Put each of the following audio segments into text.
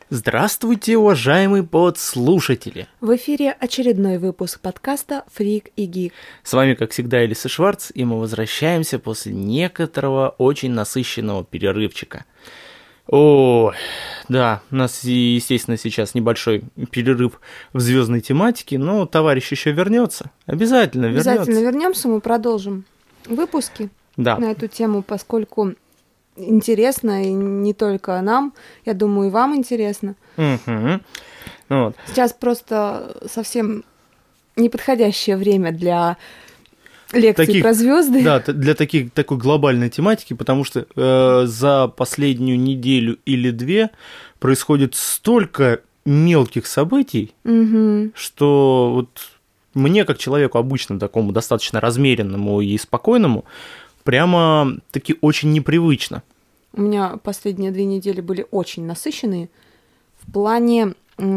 Здравствуйте, уважаемые подслушатели! В эфире очередной выпуск подкаста «Фрик и Гик». С вами, как всегда, Элиса Шварц, и мы возвращаемся после некоторого очень насыщенного перерывчика. О, да, у нас, естественно, сейчас небольшой перерыв в звездной тематике, но товарищ еще вернется. Обязательно вернется. Обязательно вернемся, мы продолжим выпуски на эту тему, поскольку интересно, и не только нам, я думаю, и вам интересно. Угу. Вот. Сейчас просто совсем неподходящее время для лекций про звезды. Да, для такой глобальной тематики, потому что за последнюю неделю или две происходит столько мелких событий, что вот мне, как человеку обычно такому достаточно размеренному и спокойному, прямо-таки очень непривычно. У меня последние 2 недели были очень насыщенные в плане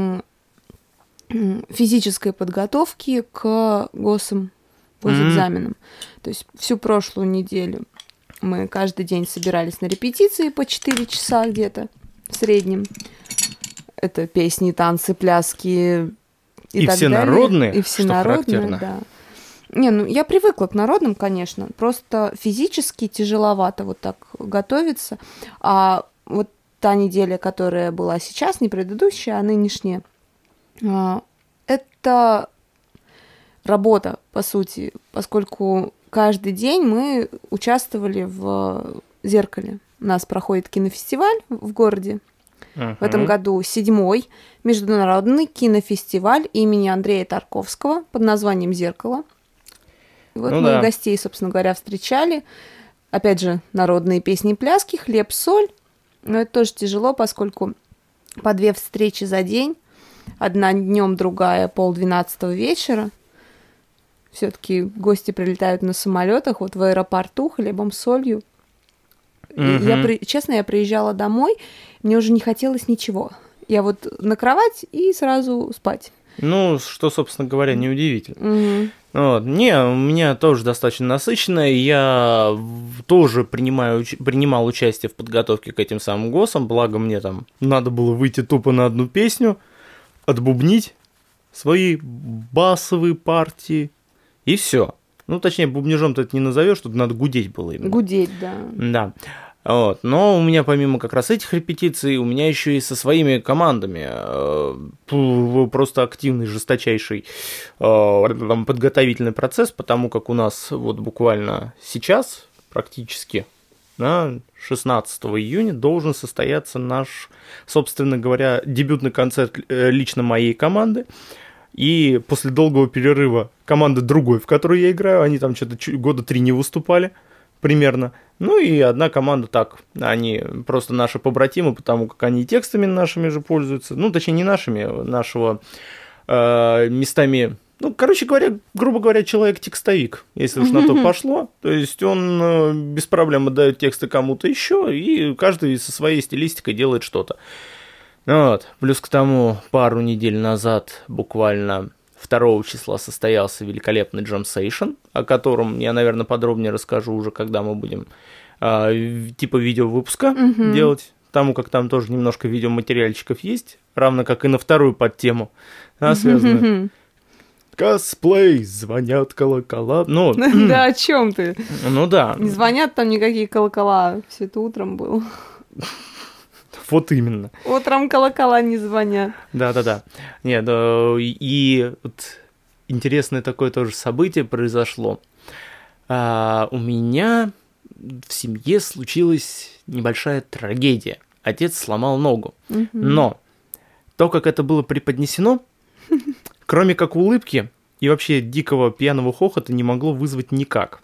физической подготовки к госэкзаменам. То есть всю прошлую неделю мы каждый день собирались на репетиции по 4 часа где-то в среднем. Это песни, танцы, пляски и так всенародные, далее. И всенародные, да. Не, я привыкла к народным, конечно, просто физически тяжеловато вот так готовиться, а вот та неделя, которая была сейчас, не предыдущая, а нынешняя, это работа, по сути, поскольку каждый день мы участвовали в «Зеркале». У нас проходит кинофестиваль в городе. В этом году 7-й международный кинофестиваль имени Андрея Тарковского под названием «Зеркало». Вот мы гостей, собственно говоря, встречали. Опять же, народные песни и пляски, хлеб, соль. Но это тоже тяжело, поскольку по 2 встречи за день. Одна днем, другая 11:30 вечера. Все-таки гости прилетают на самолетах, вот в аэропорту, хлебом, солью. Честно, я приезжала домой, мне уже не хотелось ничего. Я вот на кровать и сразу спать. Ну, что, собственно говоря, неудивительно. Вот. У меня тоже достаточно насыщенно, я тоже принимал участие в подготовке к этим самым ГОСам, благо мне там надо было выйти тупо на одну песню, отбубнить свои басовые партии, и все. Ну, точнее, бубнижом-то это не назовешь, тут надо гудеть было именно. Гудеть, да. Да. Вот. Но у меня помимо как раз этих репетиций, у меня еще и со своими командами просто активный, жесточайший подготовительный процесс, потому как у нас вот буквально сейчас, практически, 16 июня должен состояться наш, собственно говоря, дебютный концерт лично моей команды. И после долгого перерыва команды другой, в которой я играю, они там что-то 3 года не выступали примерно. Ну и одна команда так, они просто наши побратимы, потому как они текстами нашими же пользуются, ну точнее не нашими, нашего местами, ну короче говоря, грубо говоря, человек-текстовик, если уж на то пошло, то есть он без проблем отдает тексты кому-то еще, и каждый со своей стилистикой делает что-то. Вот. Плюс к тому, пару недель назад буквально 2 числа состоялся великолепный джемсейшн, о котором я, наверное, подробнее расскажу уже, когда мы будем типа видеовыпуска делать, потому как там тоже немножко видеоматериальчиков есть, равно как и на вторую подтему, связанную. Косплей, звонят колокола. Ну, да, о чем ты? Ну да. Не звонят там никакие колокола, все это утром было. Вот именно. Утром колокола не звонят. Да. Нет, и вот интересное такое тоже событие произошло. У меня в семье случилась небольшая трагедия. Отец сломал ногу. Но то, как это было преподнесено, кроме как улыбки и вообще дикого пьяного хохота, не могло вызвать никак.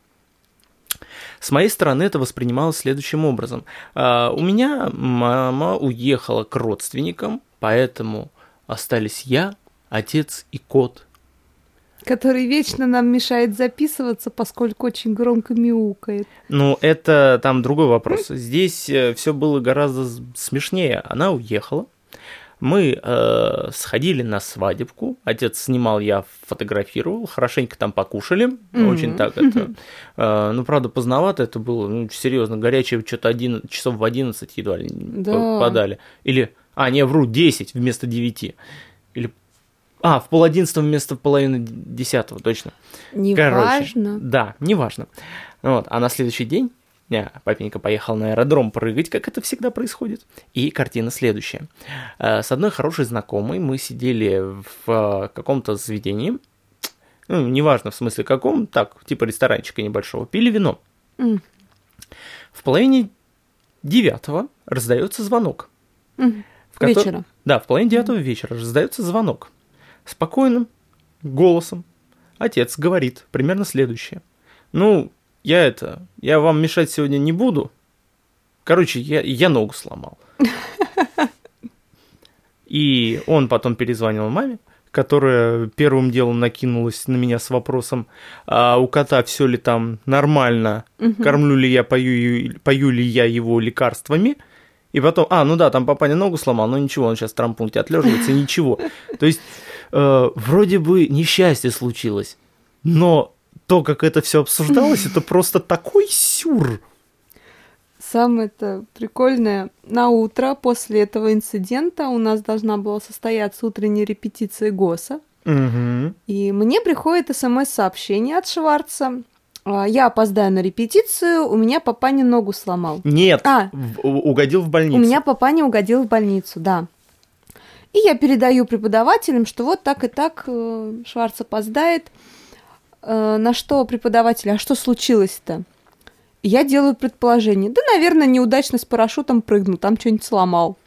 С моей стороны это воспринималось следующим образом. У меня мама уехала к родственникам, поэтому остались я, отец и кот. Который вечно нам мешает записываться, поскольку очень громко мяукает. Ну, это там другой вопрос. Здесь все было гораздо смешнее. Она уехала. Мы сходили на свадебку, отец снимал, я фотографировал, хорошенько там покушали, очень так это, ну, правда, поздновато это было, ну, серьезно, горячее что-то часов в 11 едва ли подали, или Не, вру, 10 вместо 9. Или... в 10:30 вместо половины 10, точно. Неважно. Да, неважно. Вот. А на следующий день папенька поехал на аэродром прыгать, как это всегда происходит. И картина следующая. С одной хорошей знакомой мы сидели в каком-то заведении, неважно в смысле каком, так, типа ресторанчика небольшого, пили вино. В 8:30 раздается звонок. Вечера. Да, в 8:30 вечера раздается звонок. Спокойным голосом отец говорит примерно следующее. Я вам мешать сегодня не буду. Короче, я ногу сломал. И он потом перезвонил маме, которая первым делом накинулась на меня с вопросом, у кота все ли там нормально, кормлю ли я, пою ли я его лекарствами. И потом, там папаня ногу сломал, но ничего, он сейчас в травмпункте отлеживается, ничего. То есть, вроде бы несчастье случилось, но то, как это все обсуждалось, это просто такой сюр. Самое-то прикольное, на утро после этого инцидента у нас должна была состояться утренняя репетиция ГОСа. И мне приходит СМС-сообщение от Шварца. Я опоздаю на репетицию, у меня папаня ногу сломал. Нет, угодил в больницу. У меня папаня угодил в больницу, да. И я передаю преподавателям, что вот так и так Шварц опоздает. На что преподаватель, а что случилось-то? Я делаю предположение. Да, наверное, неудачно с парашютом прыгнул, там что-нибудь сломал.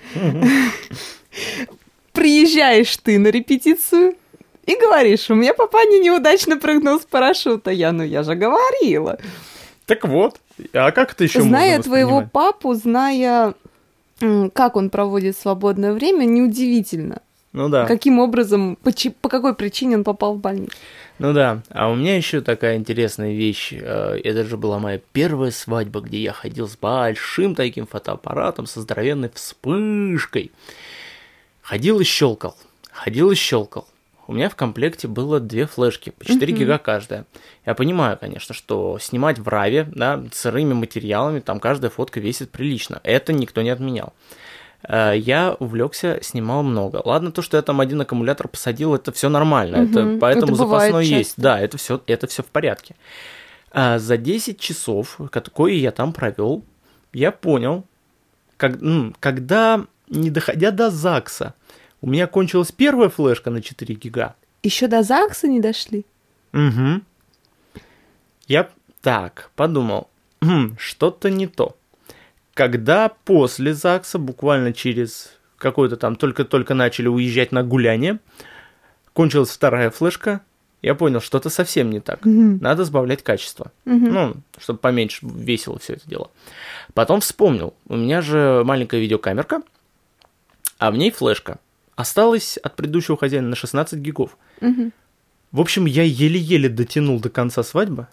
Приезжаешь ты на репетицию и говоришь, у меня папаня неудачно прыгнул с парашюта. Я же говорила. Так вот, а как это еще можно Зная твоего папу, зная, как он проводит свободное время, неудивительно. Да. Каким образом, по какой причине он попал в больницу. Да, а у меня еще такая интересная вещь. Это же была моя первая свадьба, где я ходил с большим таким фотоаппаратом со здоровенной вспышкой. Ходил и щелкал. У меня в комплекте было 2 флешки, по 4 гига каждая. Я понимаю, конечно, что снимать в RAW, сырыми материалами, там каждая фотка весит прилично. Это никто не отменял. Я увлекся, снимал много. Ладно, то, что я там один аккумулятор посадил, это все нормально, это поэтому это запасной есть. Да, это все в порядке. За 10 часов, которые я там провел, я понял, когда, не доходя до ЗАГСа, у меня кончилась первая флешка на 4 гига. Еще до ЗАГСа не дошли? Угу. Я так подумал, что-то не то. Когда после ЗАГСа, буквально через какой-то там, только начали уезжать на гуляние, кончилась вторая флешка, я понял, что-то совсем не так. Надо сбавлять качество. Чтобы поменьше весило все это дело. Потом вспомнил, у меня же маленькая видеокамерка, а в ней флешка. Осталась от предыдущего хозяина на 16 гигов. В общем, я еле-еле дотянул до конца свадьбы.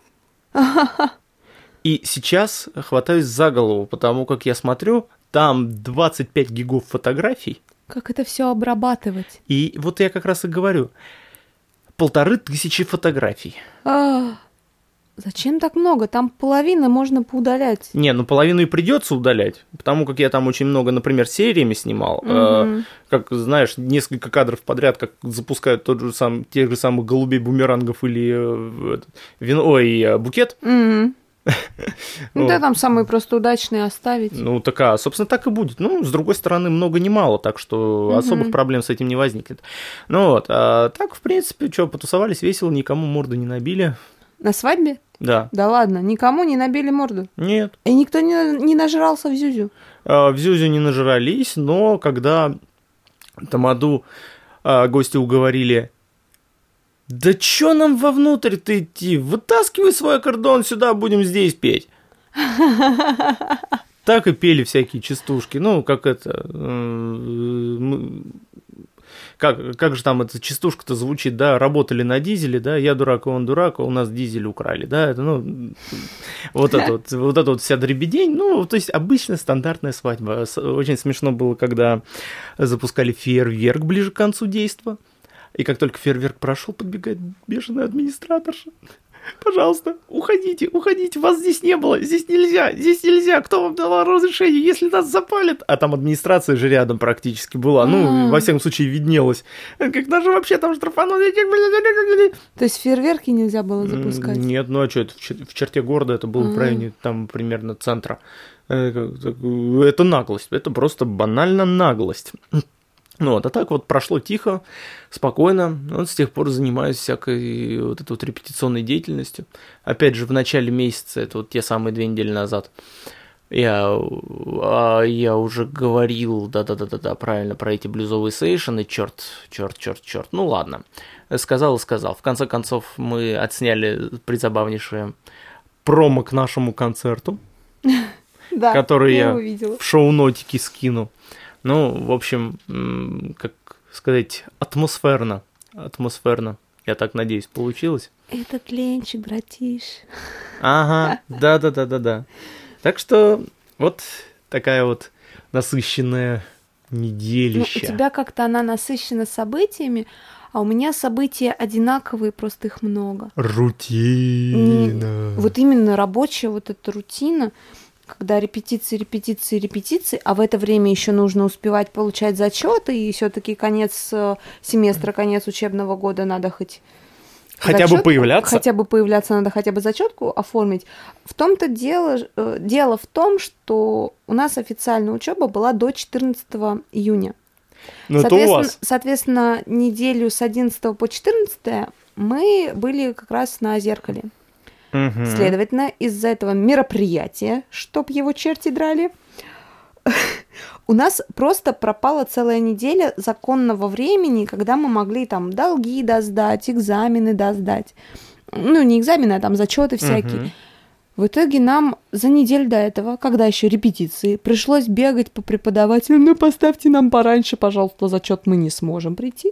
И сейчас хватаюсь за голову, потому как я смотрю, там 25 гигов фотографий. Как это все обрабатывать? И вот я как раз и говорю, 1500 фотографий. Зачем так много? Там половина можно поудалять. Не, половину и придется удалять, потому как я там очень много, например, сериями снимал. Как, знаешь, несколько кадров подряд, как запускают тех же самых голубей-бумерангов или букет. Да, там самые просто удачные оставить. Собственно, так и будет. С другой стороны, много не мало, так что особых проблем с этим не возникнет. Так, в принципе, потусовались весело, никому морду не набили. На свадьбе? Да. Да ладно, никому не набили морду? Нет. И никто не нажрался в зюзю? В зюзю не нажрались, но когда тамаду гости уговорили: да чё нам вовнутрь-то идти? Вытаскивай свой аккордеон сюда, будем здесь петь. Так и пели всякие частушки. Как же там эта частушка-то звучит, да? Работали на дизеле, да? Я дурак, и он дурак, а у нас дизель украли, да? Вот это вся дребедень. То есть обычная стандартная свадьба. Очень смешно было, когда запускали фейерверк ближе к концу действа. И как только фейерверк прошел, подбегает бешеная администраторша. Пожалуйста, уходите, вас здесь не было, здесь нельзя, кто вам давал разрешение, если нас запалят? А там администрация же рядом практически была, во всяком случае, виднелась. Когда же вообще там штрафанули? То есть фейерверки нельзя было запускать? Нет, а что, это в черте города, это было в районе там примерно центра. Это наглость, это просто банально наглость. А так вот прошло тихо, спокойно. С тех пор занимаюсь всякой вот этой вот репетиционной деятельностью. Опять же, в начале месяца, это вот те самые 2 недели назад, я уже говорил, да, правильно, про эти блюзовые сейшены, черт. Ну ладно, сказал. В конце концов, мы отсняли призабавнейшее промо к нашему концерту, который я в шоу-нотики скину. В общем, как сказать, атмосферно. Я так надеюсь, получилось. Этот ленчик, братиш. Ага, да. Так что вот такая вот насыщенная неделища. У тебя как-то она насыщена событиями, а у меня события одинаковые, просто их много. Рутина. Вот именно рабочая вот эта рутина, когда репетиции, а в это время еще нужно успевать получать зачеты, и все-таки конец семестра, конец учебного года надо хотя бы появляться. Хотя бы появляться, надо хотя бы зачетку оформить. В том-то дело в том, что у нас официальная учеба была до 14 июня. Соответственно, неделю с 11 по 14 мы были как раз на зеркале. Угу. Следовательно, из-за этого мероприятия, чтоб его черти драли, у нас просто пропала целая неделя законного времени, когда мы могли там долги досдать, экзамены досдать. Не экзамены, а там зачеты всякие. В итоге нам за неделю до этого, когда еще репетиции, пришлось бегать по преподавателям. Поставьте нам пораньше, пожалуйста, зачет, мы не сможем прийти.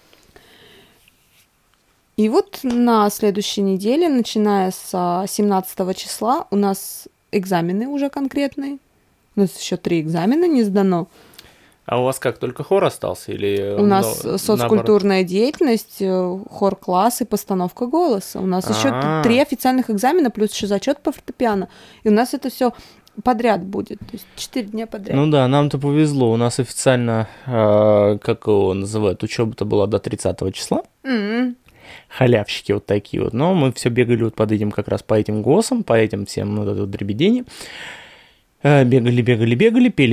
И вот на следующей неделе, начиная с 17 числа, у нас экзамены уже конкретные. У нас еще 3 экзамена не сдано. А у вас как, только хор остался? Или у нас соцкультурная деятельность, хор-класс и постановка голоса. У нас еще 3 официальных экзамена, плюс еще зачет по фортепиано. И у нас это все подряд будет, то есть 4 дня подряд. Нам-то повезло. У нас официально, как его называют, учеба-то была до 30 числа. Халявщики вот такие вот. Но мы все бегали вот под этим, как раз по этим ГОСам, по этим всем вот этой вот дребедени. Бегали, пели,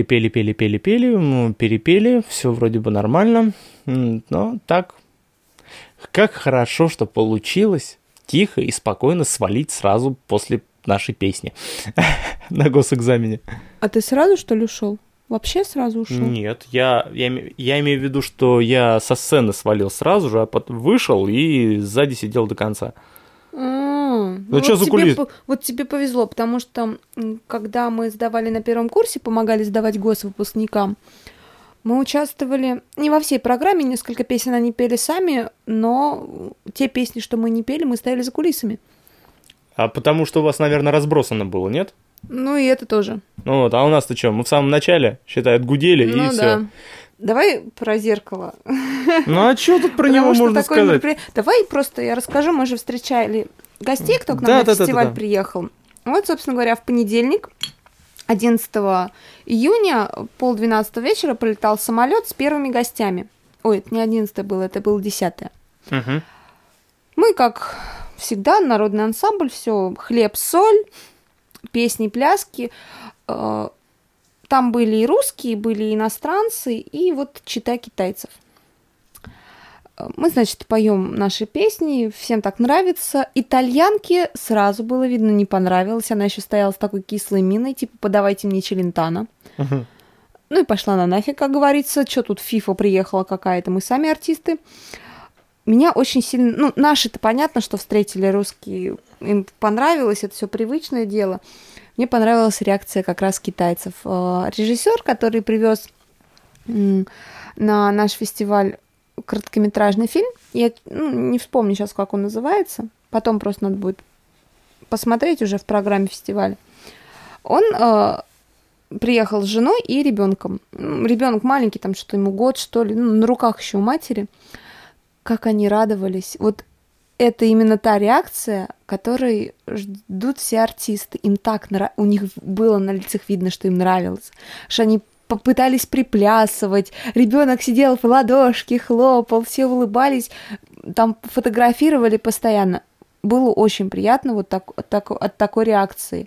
перепели, все вроде бы нормально. Но так, как хорошо, что получилось тихо и спокойно свалить сразу после нашей песни на госэкзамене. А ты сразу, что ли, ушел? Вообще сразу ушел? Нет, я имею в виду, что я со сцены свалил сразу же, а потом вышел и сзади сидел до конца. Что за кулис? Вот тебе повезло, потому что когда мы сдавали на первом курсе, помогали сдавать госвыпускникам, мы участвовали не во всей программе, несколько песен они пели сами, но те песни, что мы не пели, мы стояли за кулисами. А потому что у вас, наверное, разбросано было, нет? И это тоже. А у нас-то что, мы в самом начале, считай, отгудели, и все. Давай про зеркало. А что тут про него можно сказать? Давай просто я расскажу, мы же встречали гостей, кто к нам на фестиваль приехал. Вот, собственно говоря, в понедельник, 11 июня, 11:30 вечера прилетал самолет с первыми гостями. Ой, это не 11 было, это было 10. Угу. Мы, как всегда, народный ансамбль, все хлеб, соль, песни, пляски. Там были и русские, были и иностранцы, и вот чита китайцев. Мы, значит, поем наши песни, всем так нравится. Итальянке сразу было видно, не понравилось. Она еще стояла с такой кислой миной, типа, подавайте мне челентано. Uh-huh. И пошла на нафиг, как говорится. Что тут фифа приехала какая-то, мы сами артисты. Меня очень сильно... наши-то понятно, что встретили русские, им понравилось, это все привычное дело. Мне понравилась реакция как раз китайцев. Режиссер, который привез на наш фестиваль короткометражный фильм, я не вспомню сейчас, как он называется, потом просто надо будет посмотреть уже в программе фестиваля. Он приехал с женой и ребенком. Ребенок маленький, там что-то ему год, что ли, на руках еще у матери. Как они радовались. Вот это именно та реакция, которой ждут все артисты. Им так у них было на лицах видно, что им нравилось, что они попытались приплясывать, ребенок сидел в ладошки, хлопал, все улыбались, там фотографировали постоянно. Было очень приятно вот от такой реакции.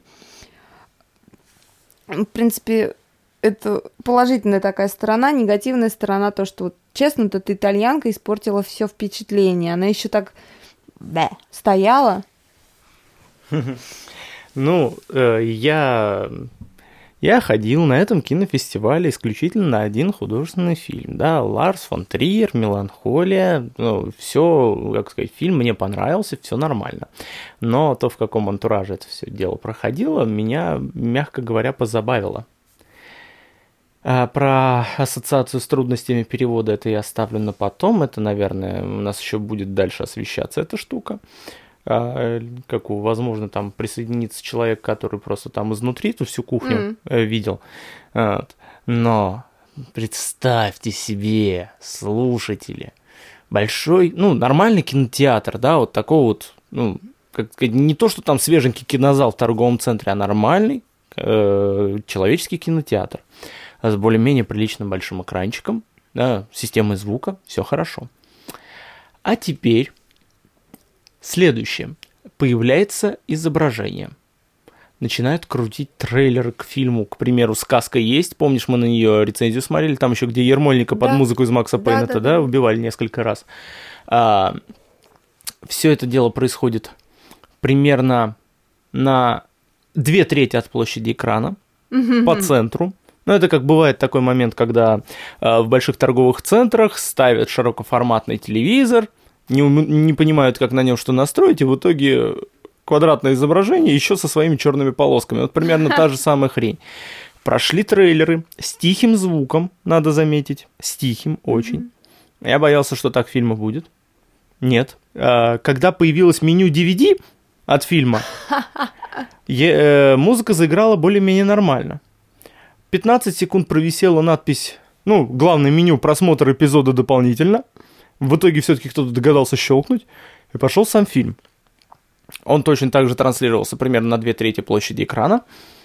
В принципе, это положительная такая сторона, негативная сторона, то, что, вот, честно, эта итальянка испортила все впечатление. Она еще так стояла. Ну, я ходил на этом кинофестивале исключительно на один художественный фильм, да, Ларс фон Триер, «Меланхолия», ну, все, как сказать, фильм мне понравился, все нормально, но то, в каком антураже это все дело проходило, меня, мягко говоря, позабавило. А про ассоциацию с трудностями перевода это я оставлю на потом, это, наверное, у нас еще будет дальше освещаться эта штука. Возможно, там присоединится человек, который просто там изнутри эту всю кухню видел. Вот. Но представьте себе, слушатели, большой, ну, нормальный кинотеатр, да, вот такой вот, ну, как сказать, не то, что там свеженький кинозал в торговом центре, а нормальный человеческий кинотеатр с более-менее приличным большим экранчиком, да, системой звука, все хорошо. А теперь следующее. Появляется изображение. Начинают крутить трейлеры к фильму. К примеру, «Сказка есть». Помнишь, мы на нее рецензию смотрели? Там еще, где Ермольника под музыку из Макса Пейна-то, да, убивали несколько раз. Все это дело происходит примерно на 2/3 от площади экрана, по центру. Ну, это как бывает такой момент, когда в больших торговых центрах ставят широкоформатный телевизор, не понимают, как на нем что настроить, и в итоге квадратное изображение еще со своими черными полосками. Вот примерно та же самая хрень. Прошли трейлеры с тихим звуком, надо заметить, с тихим очень. Я боялся, что так фильма будет. Нет. Когда появилось меню DVD от фильма, музыка заиграла более-менее нормально. 15 секунд провисела надпись, ну, главное меню, просмотр эпизода дополнительно. В итоге все-таки кто-то догадался щелкнуть, и пошел сам фильм. Он точно так же транслировался примерно на 2/3 площади экрана.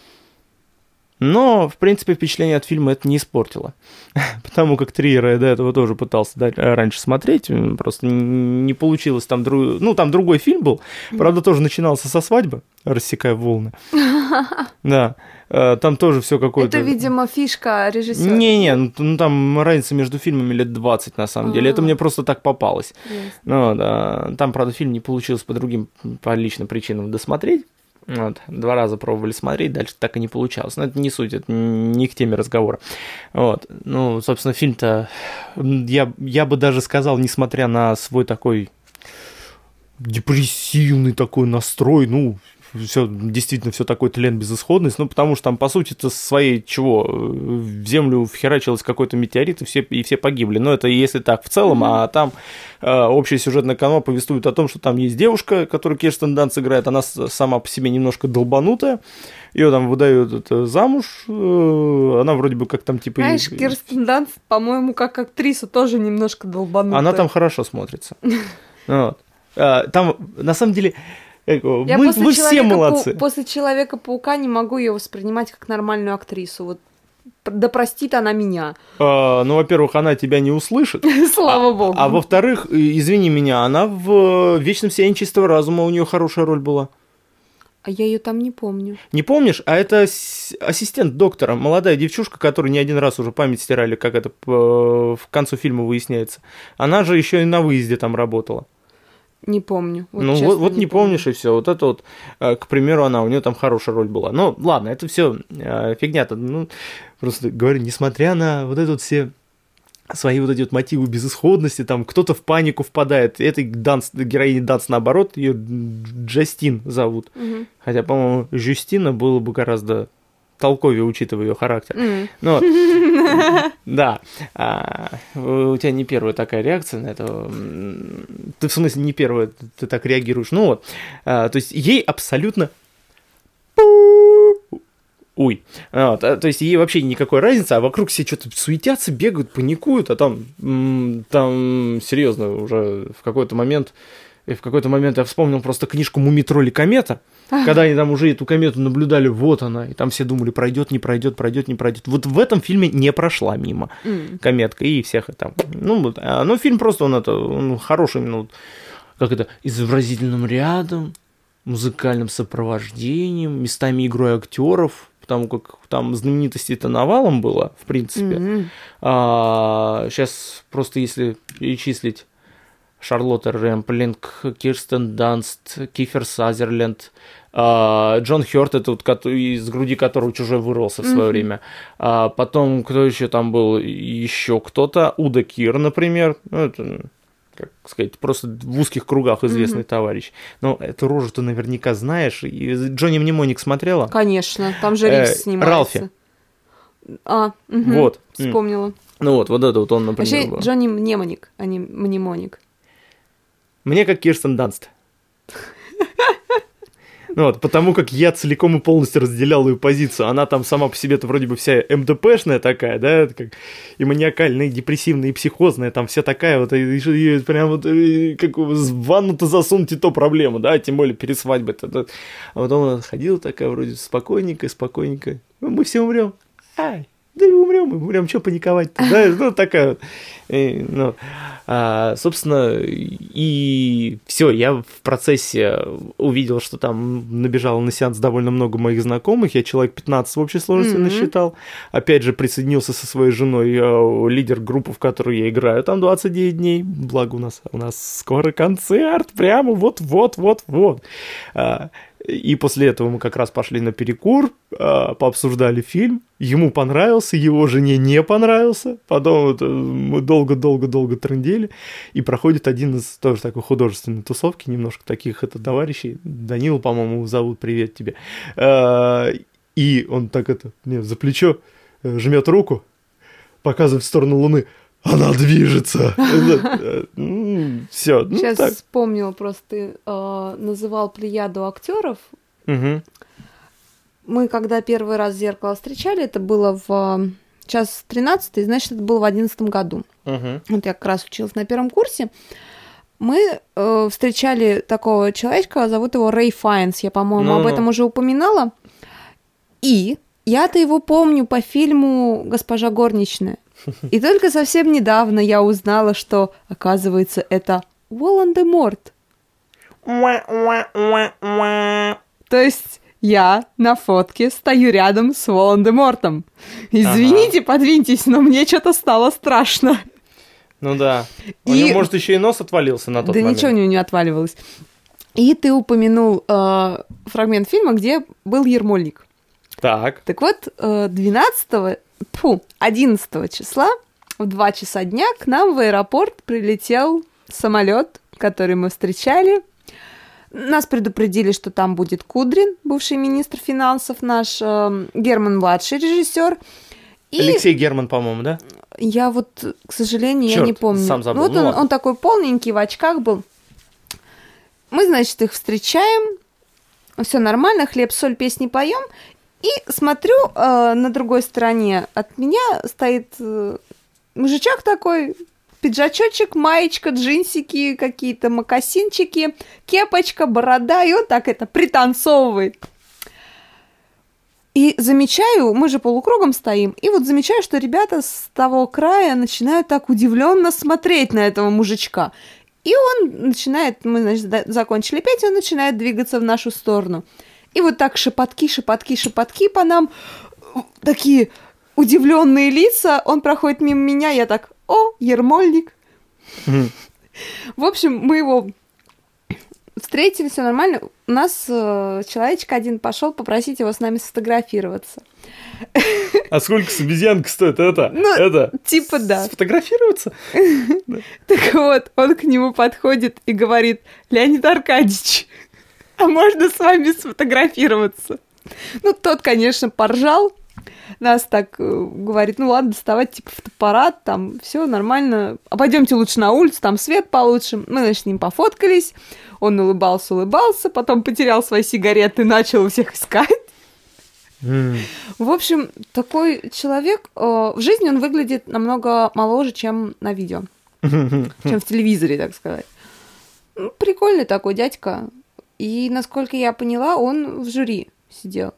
Но, в принципе, впечатление от фильма это не испортило. Потому как Триера я до этого тоже пытался раньше смотреть, просто не получилось. Там другой фильм был, правда, тоже начинался со свадьбы, рассекая волны. Да. Там тоже все какое-то... Это, видимо, фишка режиссера. Не-не, ну там разница между фильмами лет 20, на самом деле. Это мне просто так попалось. Ну, да. Там, правда, фильм не получилось по личным причинам досмотреть. Вот. 2 раза пробовали смотреть, дальше так и не получалось. Но это не суть, это не к теме разговора. Вот. Ну, собственно, фильм-то, я бы даже сказал, несмотря на свой такой депрессивный такой настрой, ну, все, действительно, все такой тлен, безысходность, ну, потому что там, по сути-то, своей чего, в землю вхерачилось какой-то метеорит, и все погибли. Но это если так в целом, а там общая сюжетная канва повествует о том, что там есть девушка, которую Кирстен Данст играет, она сама по себе немножко долбанутая, ее там выдают замуж, она вроде бы как там типа... Знаешь, Кирстен Данст, по-моему, как актриса тоже немножко долбанутая. Она там хорошо смотрится. Там, на самом деле... Мы все молодцы. После «Человека-паука» не могу ее воспринимать как нормальную актрису. Вот, да простит она меня. Ну, во-первых, она тебя не услышит. Слава богу. А во-вторых, извини меня, она в «Вечном сиянии чистого разума», у нее хорошая роль была. А я ее там не помню. Не помнишь? А это ассистент доктора, молодая девчушка, которой не один раз уже память стирали, как это в концу фильма выясняется. Она же еще и на выезде там работала. Не помню. Вот не помнишь, и все. Вот это вот, к примеру, у нее там хорошая роль была. Ну, ладно, это все фигня-то. Ну, просто говорю, несмотря на вот это вот все свои вот эти вот мотивы безысходности, там кто-то в панику впадает. Этой героине Данст, наоборот, ее Джастин зовут. Хотя, по-моему, Жюстина было бы гораздо толковее, учитывая ее характер. Ну, да. У тебя не первая такая реакция на это. Ты, в смысле, не первая, ты так реагируешь. Ну вот. То есть ей абсолютно... Ой. То есть ей вообще никакой разницы, а вокруг все что-то суетятся, бегают, паникуют, а там серьезно, уже в какой-то момент И в какой-то момент я вспомнил просто книжку «Мумий-тролль и комета», когда они там уже эту комету наблюдали, вот она, и там все думали, пройдет, не пройдет, пройдет, не пройдет. Вот в этом фильме не прошла мимо кометка и всех там. Ну, фильм просто, он хороший именно, как это, изобразительным рядом, музыкальным сопровождением, местами игрой актеров, потому как там знаменитостей-то навалом было, в принципе. Сейчас просто если перечислить: Шарлотта Рэмплинг, Кирстен Данст, Кифер Сазерленд, Джон Хёрт, это вот из груди которого чужой вырвался в свое время. Потом, кто еще там был? Еще кто-то. Уда Кир, например. Ну, это, как сказать, просто в узких кругах известный товарищ. Но эту рожу ты наверняка знаешь. И Джонни Мнемоник смотрела? Конечно, там же Рикс снимается. Ралфи. Вот. Вспомнила. Ну вот это вот он, например, вообще, был. Джонни Мнемоник, а не Мнемоник. Мне как Кирстен Данст. Ну вот, потому как я целиком и полностью разделял ее позицию. Она там сама по себе-то вроде бы вся МДПшная такая, да, как и маниакальная, и депрессивная, и психозная, там вся такая вот, и прям вот как в ванну-то засунуть, и то проблема, да, тем более перед свадьбой-то. А потом она ходила такая вроде спокойненькая, мы все умрем. Ай, да и умрем, что паниковать-то, да, ну такая вот. Собственно, и все, я в процессе увидел, что там набежало на сеанс довольно много моих знакомых, я человек 15 в общей сложности насчитал, опять же присоединился со своей женой, лидер группы, в которую я играю, там 29 дней, благо у нас скоро концерт, прямо вот. И после этого мы как раз пошли на перекур, пообсуждали фильм. Ему понравился, его жене не понравился. Потом мы долго трындели. И проходит один из тоже такой художественной тусовки, немножко таких товарищей. Данил, по-моему, зовут, привет тебе. И он так мне за плечо жмет руку, показывает в сторону Луны. Она движется. Все. Сейчас вспомнила, просто ты называл плеяду актеров. Мы когда первый раз «Зеркало» встречали, это было в час 13, значит, это было в 2011 году. Вот я как раз училась на первом курсе. Мы встречали такого человечка, зовут его Рэй Файнс, я, по-моему, об этом уже упоминала. И я-то его помню по фильму «Госпожа горничная». И только совсем недавно я узнала, что, оказывается, это Волан-де-Морт. То есть я на фотке стою рядом с Волан-де-Мортом. Извините, подвиньтесь, но мне что-то стало страшно. Ну да. У него, может, еще и нос отвалился на тот момент. Да ничего у него не отваливалось. И ты упомянул фрагмент фильма, где был Ермольник. Так вот, 11 числа в 2 часа дня к нам в аэропорт прилетел самолет, который мы встречали. Нас предупредили, что там будет Кудрин, бывший министр финансов, наш Герман-младший режиссер. Алексей Герман, по-моему, да? Я вот, к сожалению, я не помню. Сам забыл. Вот он такой полненький, в очках был. Мы, значит, их встречаем. Все нормально, хлеб, соль, песни поем. И смотрю, на другой стороне от меня стоит мужичок такой, пиджачочек, маечка, джинсики, какие-то мокасинчики, кепочка, борода, и он так пританцовывает. И замечаю, мы же полукругом стоим, и вот замечаю, что ребята с того края начинают так удивленно смотреть на этого мужичка. И он начинает, мы, значит, закончили петь, и он начинает двигаться в нашу сторону. И вот так шепотки по нам, такие удивленные лица. Он проходит мимо меня, я так, Ермольник. В общем, мы его встретили, все нормально. У нас человечек один пошел попросить его с нами сфотографироваться. А сколько с обезьянкой стоит Типа да. Сфотографироваться? Так вот, он к нему подходит и говорит: Леонид Аркадьевич, а можно с вами сфотографироваться? Ну, тот, конечно, поржал, нас так говорит: ну ладно, доставать фотоаппарат, там все нормально, а пойдемте лучше на улицу, там свет получше. Мы, значит, с ним пофоткались, он улыбался, потом потерял свои сигареты, начал всех искать. В общем, такой человек, в жизни он выглядит намного моложе, чем на видео, чем в телевизоре, так сказать. Прикольный такой дядька. И, насколько я поняла, он в жюри сидел.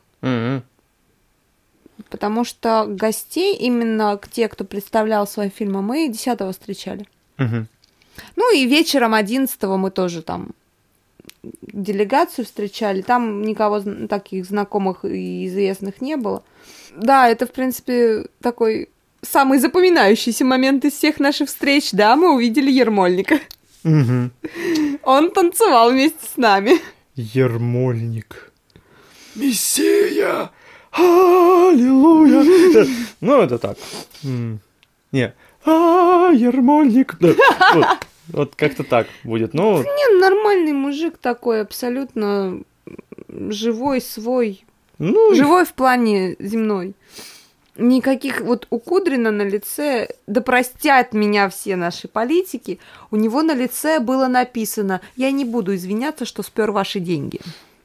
Потому что гостей, именно те, кто представлял свои фильмы, мы 10-го встречали. Ну и вечером 11-го мы тоже там делегацию встречали. Там никого таких знакомых и известных не было. Да, это, в принципе, такой самый запоминающийся момент из всех наших встреч. Да, мы увидели Ермольника. Он танцевал вместе с нами. Ермольник. Мессия! Аллилуйя! Ну, это так. Не. Ермольник. Вот как-то так будет. Ну, не, нормальный мужик такой, абсолютно живой, свой. Ну, живой в плане земной. Никаких вот у Кудрина на лице, да простят меня все наши политики, у него на лице было написано: «Я не буду извиняться, что спер ваши деньги».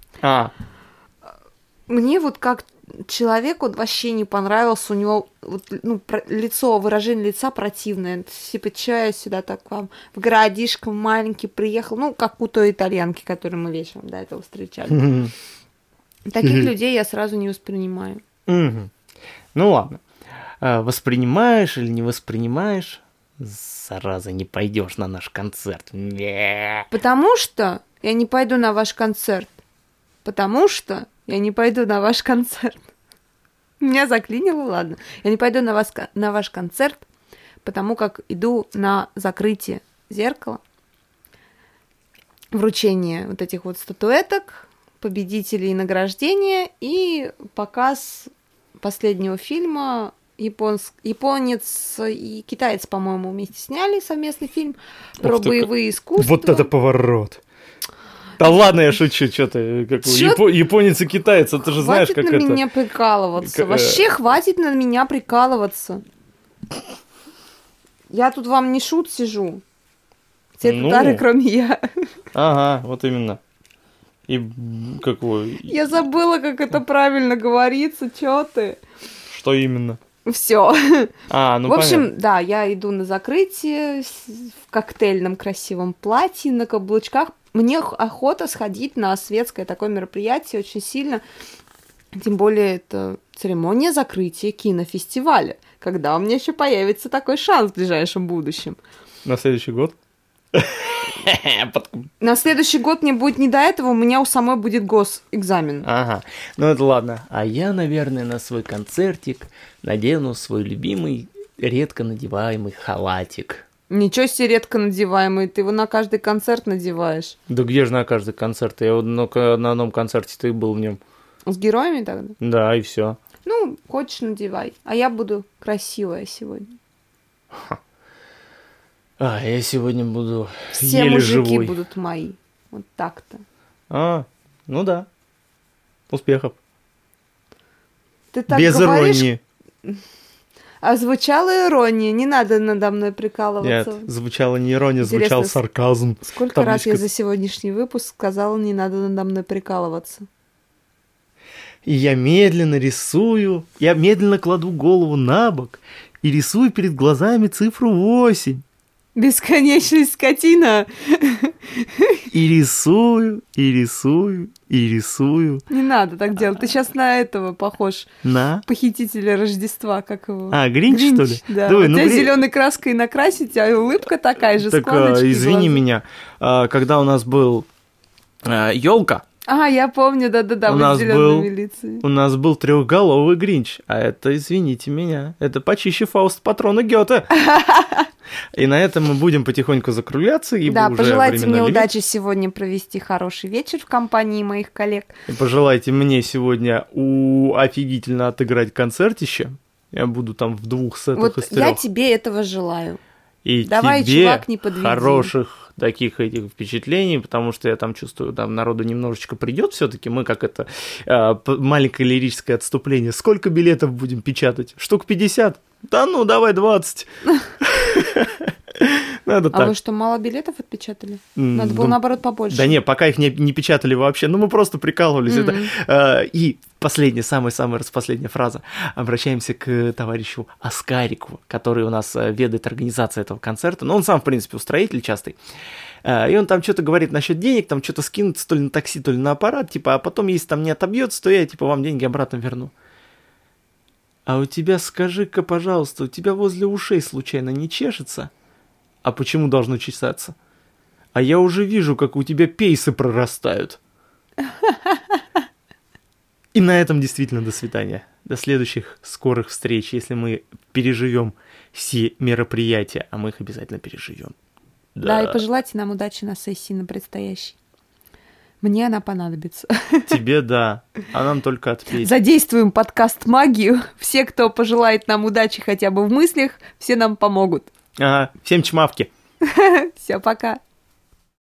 Мне вот как человек он вообще не понравился, у него вот, ну, лицо, выражение лица противное, типа, че я сюда так к вам в городишко маленький приехал, ну, как у той итальянки, которую мы вечером до этого встречали. Таких людей я сразу не воспринимаю. Ну ладно, воспринимаешь или не воспринимаешь, зараза, не пойдешь на наш концерт. Потому что я не пойду на ваш концерт. Потому что я не пойду на ваш концерт. Меня заклинило, ладно. Я не пойду на ваш концерт, потому как иду на закрытие зеркала, вручение вот этих вот статуэток, победителей и награждения и показ последнего фильма. Японец и китаец, по-моему, вместе сняли совместный фильм про боевые искусства. Вот это поворот! Да ладно, я шучу, что ты, японец и китаец, ты же знаешь, как это... Хватит на меня прикалываться, вообще хватит на меня прикалываться. Я тут вам не шут сижу. Все татары, кроме я. Ага, вот именно. И какой... Я забыла, как это правильно говорится, чё ты? Что именно? Все. Ну в общем, понятно. да, я иду на закрытие в коктейльном красивом платье, на каблучках. Мне охота сходить на светское такое мероприятие очень сильно. Тем более это церемония закрытия кинофестиваля. Когда у меня еще появится такой шанс в ближайшем будущем? На следующий год? На следующий год мне будет не до этого, у меня у самой будет госэкзамен. Ага, ну это ладно. А я, наверное, на свой концертик надену свой любимый, редко надеваемый халатик. Ничего себе редко надеваемый, ты его на каждый концерт надеваешь. Да где же на каждый концерт? Я вот на одном концерте ты был в нем. С героями тогда? Да, и все. Ну, хочешь, надевай. А я буду красивая сегодня. Я сегодня буду все еле мужики живой. будут мои. Вот так-то. Ну да. Успехов. Ты так без говоришь, иронии. А звучала ирония, не надо надо мной прикалываться. Нет, звучала не ирония, Интересно, звучал сарказм. Сколько раз я за сегодняшний выпуск сказала, не надо надо мной прикалываться? И я медленно рисую, я медленно кладу голову на бок и рисую перед глазами цифру 8. Бесконечная скотина. И рисую, и рисую, и рисую. Не надо так делать. Ты сейчас на этого похож. На? Похитителя Рождества, как его? Гринч, что ли? Да. Давай, Тебя зеленой краской накрасить, а улыбка такая же, так, складочки. извини меня, когда у нас был елка. Я помню, да-да-да, вы с зеленой милицией. У нас был трехголовый Гринч, а это, извините меня, это почище Фауст патрона Гёте. И на этом мы будем потихоньку закругляться. Да, пожелайте мне удачи сегодня провести хороший вечер в компании моих коллег. И пожелайте мне сегодня офигительно отыграть концертище. Я буду там в 2 сетах из 3. Я тебе этого желаю. И давай, тебе чувак, не подведи. Хороших таких этих впечатлений, потому что я там чувствую, там народу немножечко придет все-таки. Мы как это маленькое лирическое отступление. Сколько билетов будем печатать? Штук 50? Да ну, давай 20. Надо так. А вы что, мало билетов отпечатали? Надо было, наоборот, побольше. Да не, пока их не печатали вообще. Мы просто прикалывались. И самая распоследняя фраза. Обращаемся к товарищу Оскарику, который у нас ведает организацией этого концерта. Он сам, в принципе, устроитель частый. И он там что-то говорит насчет денег, там что-то скинуться то ли на такси, то ли на аппарат, типа, а потом, если там не отобьется, то я, типа, вам деньги обратно верну. А у тебя, скажи-ка, пожалуйста, у тебя возле ушей случайно не чешется? А почему должно чесаться? А я уже вижу, как у тебя пейсы прорастают. И на этом действительно до свидания. До следующих скорых встреч, если мы переживем все мероприятия, а мы их обязательно переживем. Да, и пожелайте нам удачи на сессии на предстоящей. Мне она понадобится. Тебе да, а нам только отпеть. Задействуем подкаст-магию. Все, кто пожелает нам удачи хотя бы в мыслях, все нам помогут. Ага, всем чмавки. Все, пока.